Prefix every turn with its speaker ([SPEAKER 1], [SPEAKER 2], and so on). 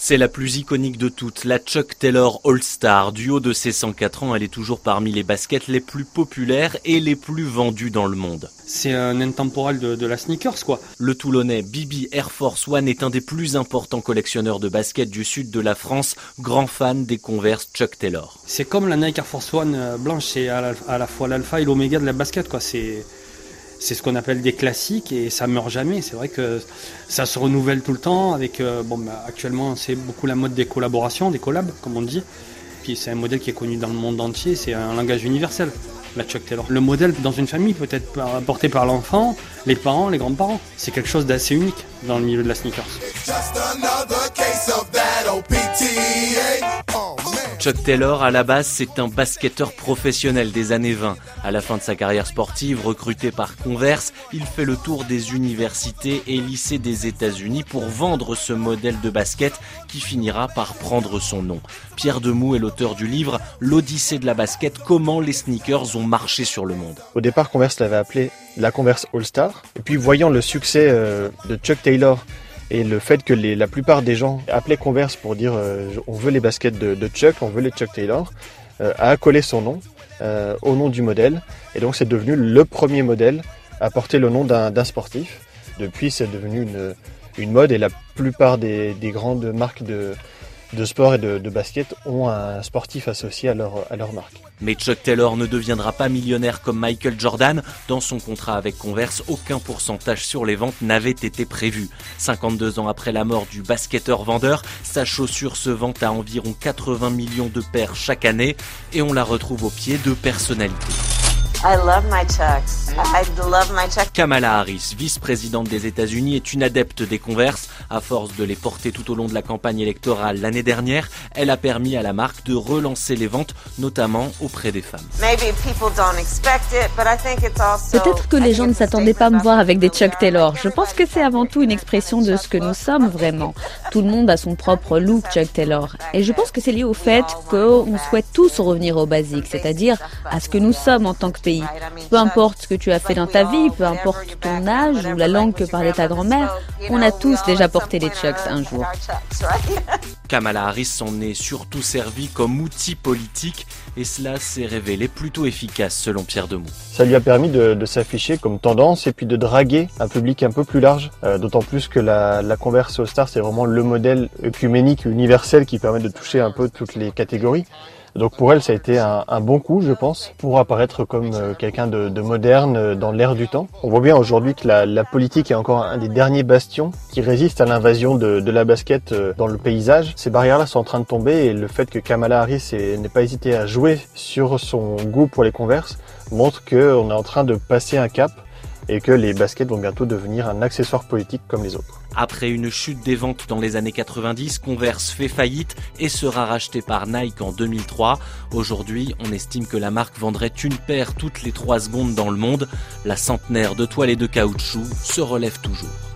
[SPEAKER 1] C'est la plus iconique de toutes, la Chuck Taylor All-Star. Du haut de ses 104 ans, elle est toujours parmi les baskets les plus populaires et les plus vendues dans le monde.
[SPEAKER 2] C'est un intemporel de la sneakers, quoi.
[SPEAKER 1] Le Toulonnais Bibi Air Force One est un des plus importants collectionneurs de baskets du sud de la France, grand fan des Converse Chuck Taylor.
[SPEAKER 2] C'est comme la Nike Air Force One blanche, c'est à la fois l'alpha et l'oméga de la basket, quoi. C'est ce qu'on appelle des classiques et ça meurt jamais. C'est vrai que ça se renouvelle tout le temps. Actuellement, c'est beaucoup la mode des collaborations, des collabs, comme on dit. Puis c'est un modèle qui est connu dans le monde entier. C'est un langage universel, la Chuck Taylor. Le modèle dans une famille peut être porté par l'enfant, les parents, les grands-parents. C'est quelque chose d'assez unique dans le milieu de la sneakers.
[SPEAKER 1] Chuck Taylor, à la base, c'est un basketteur professionnel des années 20. À la fin de sa carrière sportive, recruté par Converse, il fait le tour des universités et lycées des États-Unis pour vendre ce modèle de basket qui finira par prendre son nom. Pierre Demou est l'auteur du livre « L'Odyssée de la basket, comment les sneakers ont marché sur le monde ».
[SPEAKER 3] Au départ, Converse l'avait appelé la Converse All-Star. Et puis, voyant le succès de Chuck Taylor et le fait que la plupart des gens appelaient Converse pour dire on veut les baskets de Chuck, on veut les Chuck Taylor, a accolé son nom au nom du modèle. Et donc c'est devenu le premier modèle à porter le nom d'un sportif. Depuis c'est devenu une mode et la plupart des grandes marques de sport et de basket ont un sportif associé à leur marque.
[SPEAKER 1] Mais Chuck Taylor ne deviendra pas millionnaire comme Michael Jordan. Dans son contrat avec Converse, aucun pourcentage sur les ventes n'avait été prévu. 52 ans après la mort du basketteur vendeur, sa chaussure se vend à environ 80 millions de paires chaque année et on la retrouve aux pieds de personnalités.
[SPEAKER 4] I love my Chucks. I love my Chucks.
[SPEAKER 1] Kamala Harris, vice-présidente des États-Unis, est une adepte des Converse. À force de les porter tout au long de la campagne électorale l'année dernière, elle a permis à la marque de relancer les ventes, notamment auprès des femmes.
[SPEAKER 5] Peut-être que les gens ne s'attendaient pas à me voir avec des Chuck Taylor. Je pense que c'est avant tout une expression de ce que nous sommes vraiment. Tout le monde a son propre look Chuck Taylor. Et je pense que c'est lié au fait qu'on souhaite tous revenir au basique, c'est-à-dire à ce que nous sommes en tant que pays. Peu importe ce que tu as fait dans ta vie, peu importe ton âge ou la langue que parlait ta grand-mère, on a tous déjà porté des Chucks un jour.
[SPEAKER 1] Kamala Harris s'en est surtout servi comme outil politique et cela s'est révélé plutôt efficace selon Pierre Demou.
[SPEAKER 3] Ça lui a permis de s'afficher comme tendance et puis de draguer un public un peu plus large, d'autant plus que la Converse All-Star c'est vraiment le modèle œcuménique universel qui permet de toucher un peu toutes les catégories. Donc pour elle, ça a été un bon coup, je pense, pour apparaître comme quelqu'un de moderne dans l'ère du temps. On voit bien aujourd'hui que la politique est encore un des derniers bastions qui résiste à l'invasion de la basket dans le paysage. Ces barrières-là sont en train de tomber et le fait que Kamala Harris n'ait pas hésité à jouer sur son goût pour les Converse montre qu'on est en train de passer un cap et que les baskets vont bientôt devenir un accessoire politique comme les autres.
[SPEAKER 1] Après une chute des ventes dans les années 90, Converse fait faillite et sera racheté par Nike en 2003. Aujourd'hui, on estime que la marque vendrait une paire toutes les 3 secondes dans le monde. La centenaire de toile et de caoutchouc se relève toujours.